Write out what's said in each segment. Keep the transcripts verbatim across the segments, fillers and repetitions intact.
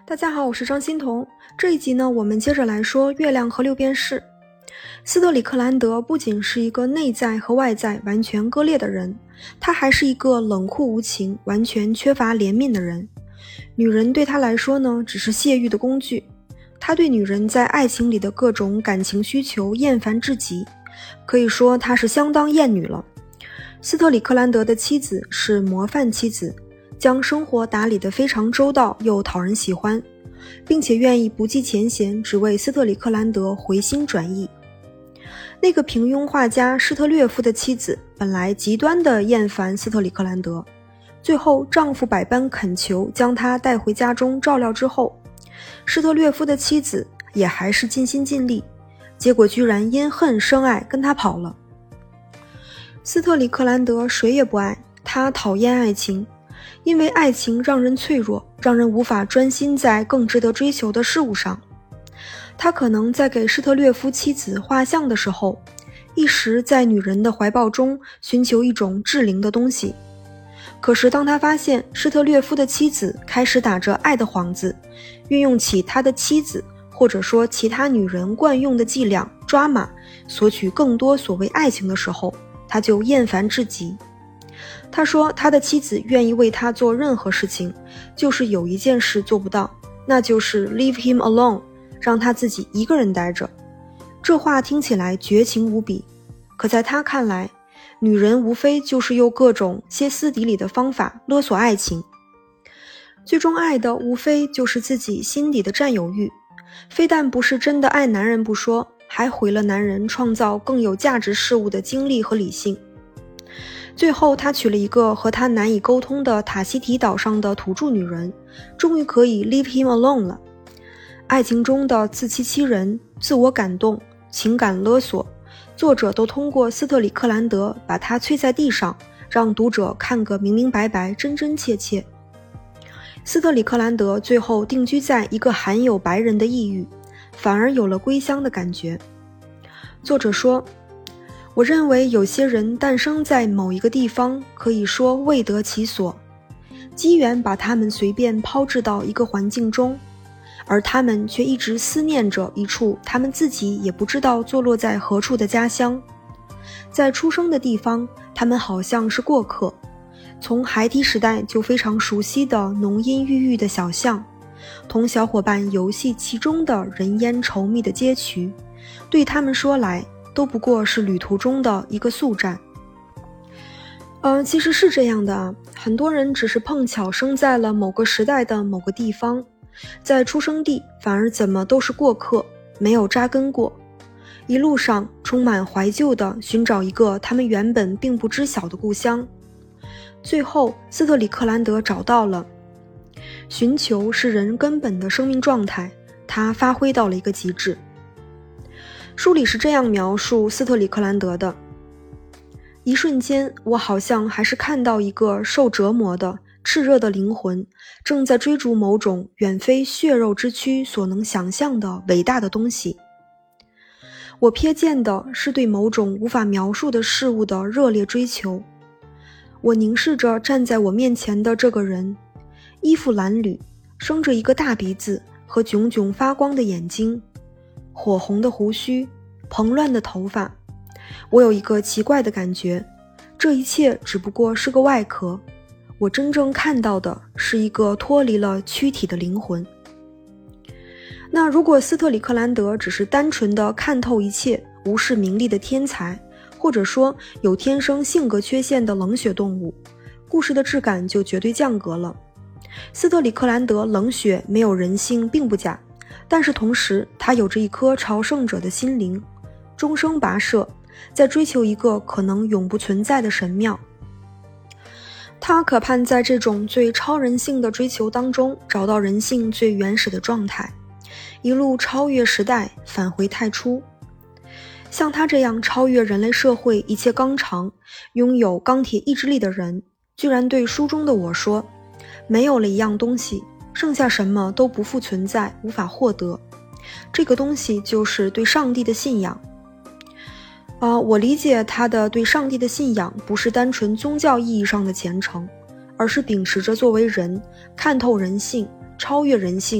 大家好，我是张欣彤。这一集呢，我们接着来说月亮和六便士。斯特里克兰德不仅是一个内在和外在完全割裂的人，他还是一个冷酷无情、完全缺乏怜悯的人。女人对他来说呢，只是泄欲的工具。他对女人在爱情里的各种感情需求厌烦至极，可以说他是相当厌女了。斯特里克兰德的妻子是模范妻子，将生活打理得非常周到又讨人喜欢，并且愿意不计前嫌只为斯特里克兰德回心转意。那个平庸画家施特略夫的妻子本来极端地厌烦斯特里克兰德，最后丈夫百般恳求将她带回家中照料之后，施特略夫的妻子也还是尽心尽力，结果居然因恨生爱跟他跑了。斯特里克兰德谁也不爱，他讨厌爱情，因为爱情让人脆弱，让人无法专心在更值得追求的事物上。他可能在给施特略夫妻子画像的时候，一时在女人的怀抱中寻求一种至灵的东西，可是当他发现施特略夫的妻子开始打着爱的幌子，运用起他的妻子或者说其他女人惯用的伎俩抓马，索取更多所谓爱情的时候，他就厌烦至极。他说他的妻子愿意为他做任何事情，就是有一件事做不到，那就是 leave him alone， 让他自己一个人待着。这话听起来绝情无比，可在他看来，女人无非就是用各种歇斯底里的方法勒索爱情，最终爱的无非就是自己心底的占有欲，非但不是真的爱男人不说，还毁了男人创造更有价值事物的精力和理性。最后他娶了一个和他难以沟通的塔希提岛上的土著女人，终于可以 leave him alone 了。爱情中的自欺欺人、自我感动、情感勒索，作者都通过斯特里克兰德把它催在地上，让读者看个明明白白、真真切切。斯特里克兰德最后定居在一个含有白人的异域，反而有了归乡的感觉。作者说，我认为有些人诞生在某一个地方，可以说未得其所，机缘把他们随便抛掷到一个环境中，而他们却一直思念着一处他们自己也不知道坐落在何处的家乡。在出生的地方，他们好像是过客，从孩提时代就非常熟悉的浓荫郁郁的小巷，同小伙伴游戏其中的人烟稠密的街渠，对他们说来都不过是旅途中的一个宿站。呃，其实是这样的啊，很多人只是碰巧生在了某个时代的某个地方，在出生地反而怎么都是过客，没有扎根过，一路上充满怀旧的寻找一个他们原本并不知晓的故乡。最后斯特里克兰德找到了，寻求是人根本的生命状态，他发挥到了一个极致。书里是这样描述斯特里克兰德的：一瞬间，我好像还是看到一个受折磨的炽热的灵魂，正在追逐某种远非血肉之躯所能想象的伟大的东西。我瞥见的是对某种无法描述的事物的热烈追求。我凝视着站在我面前的这个人，衣服褴褛，生着一个大鼻子和炯炯发光的眼睛，火红的胡须，蓬乱的头发。我有一个奇怪的感觉，这一切只不过是个外壳，我真正看到的是一个脱离了躯体的灵魂。那如果斯特里克兰德只是单纯的看透一切，无视名利的天才，或者说有天生性格缺陷的冷血动物，故事的质感就绝对降格了。斯特里克兰德冷血没有人性并不假，但是同时他有着一颗朝圣者的心灵，终生跋涉，在追求一个可能永不存在的神庙。他渴盼在这种最超人性的追求当中找到人性最原始的状态，一路超越时代，返回太初。像他这样超越人类社会一切纲常，拥有钢铁意志力的人，居然对书中的我说，没有了一样东西，剩下什么都不复存在，无法获得。这个东西就是对上帝的信仰。啊、呃，我理解他的对上帝的信仰不是单纯宗教意义上的虔诚，而是秉持着作为人看透人性、超越人性、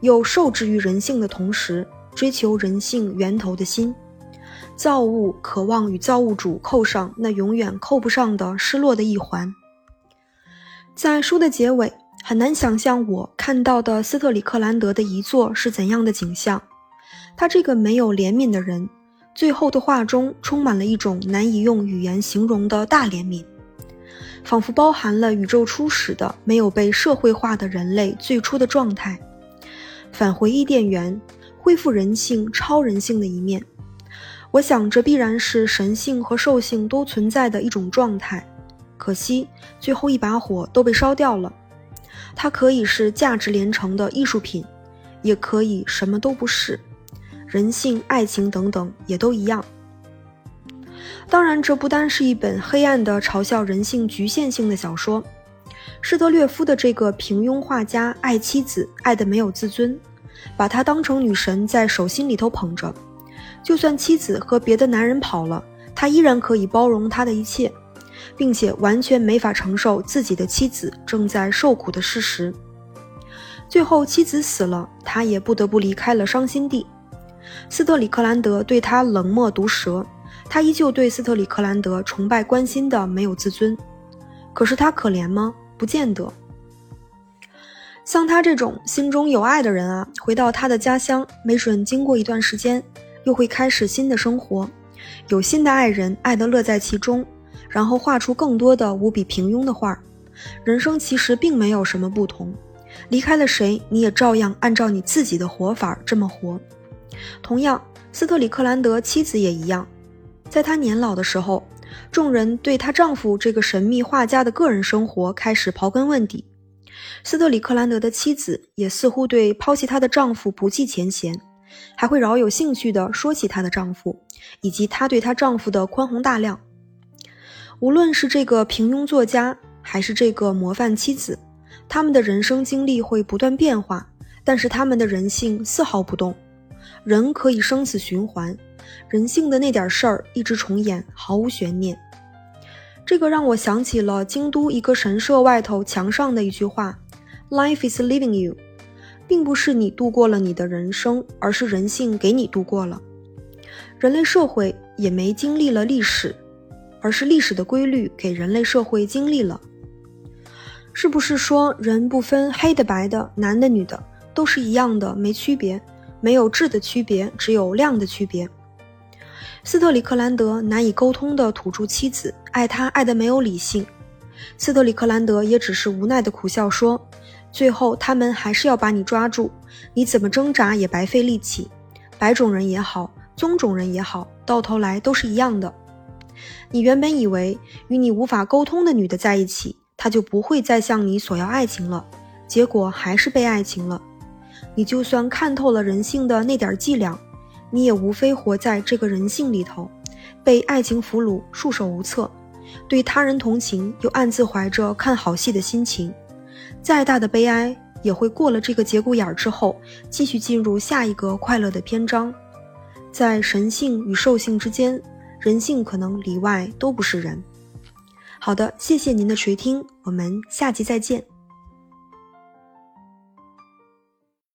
又受制于人性的同时，追求人性源头的心。造物渴望与造物主扣上那永远扣不上的失落的一环。在书的结尾，很难想象我看到的斯特里克兰德的遗作是怎样的景象。他这个没有怜悯的人，最后的话中充满了一种难以用语言形容的大怜悯，仿佛包含了宇宙初始的没有被社会化的人类最初的状态，返回伊甸园，恢复人性超人性的一面。我想这必然是神性和兽性都存在的一种状态，可惜最后一把火都被烧掉了。它可以是价值连城的艺术品，也可以什么都不是，人性、爱情等等也都一样。当然，这不单是一本黑暗的嘲笑人性局限性的小说。施特略夫的这个平庸画家爱妻子爱得没有自尊，把她当成女神在手心里头捧着，就算妻子和别的男人跑了，他依然可以包容她的一切，并且完全没法承受自己的妻子正在受苦的事实。最后妻子死了，他也不得不离开了伤心地。斯特里克兰德对他冷漠毒舌，他依旧对斯特里克兰德崇拜关心的没有自尊。可是他可怜吗？不见得。像他这种心中有爱的人啊，回到他的家乡，没准经过一段时间又会开始新的生活，有新的爱人，爱得乐在其中，然后画出更多的无比平庸的画。人生其实并没有什么不同，离开了谁，你也照样按照你自己的活法这么活。同样，斯特里克兰德妻子也一样，在她年老的时候，众人对她丈夫这个神秘画家的个人生活开始刨根问底。斯特里克兰德的妻子也似乎对抛弃她的丈夫不计前嫌，还会饶有兴趣地说起她的丈夫，以及她对她丈夫的宽宏大量。无论是这个平庸作家，还是这个模范妻子，他们的人生经历会不断变化，但是他们的人性丝毫不动。人可以生死循环，人性的那点事儿一直重演，毫无悬念。这个让我想起了京都一个神社外头墙上的一句话， Life is leaving you， 并不是你度过了你的人生，而是人性给你度过了。人类社会也没经历了历史，而是历史的规律给人类社会经历了。是不是说人不分黑的白的，男的女的，都是一样的，没区别，没有质的区别，只有量的区别。斯特里克兰德难以沟通的土著妻子，爱他爱得没有理性。斯特里克兰德也只是无奈的苦笑说，最后他们还是要把你抓住，你怎么挣扎也白费力气。白种人也好，棕种人也好，到头来都是一样的。你原本以为与你无法沟通的女的在一起，她就不会再向你索要爱情了，结果还是被爱情了。你就算看透了人性的那点伎俩，你也无非活在这个人性里头，被爱情俘虏，束手无策，对他人同情，又暗自怀着看好戏的心情。再大的悲哀，也会过了这个节骨眼之后，继续进入下一个快乐的篇章。在神性与兽性之间，人性可能里外都不是人。好的，谢谢您的垂听，我们下集再见。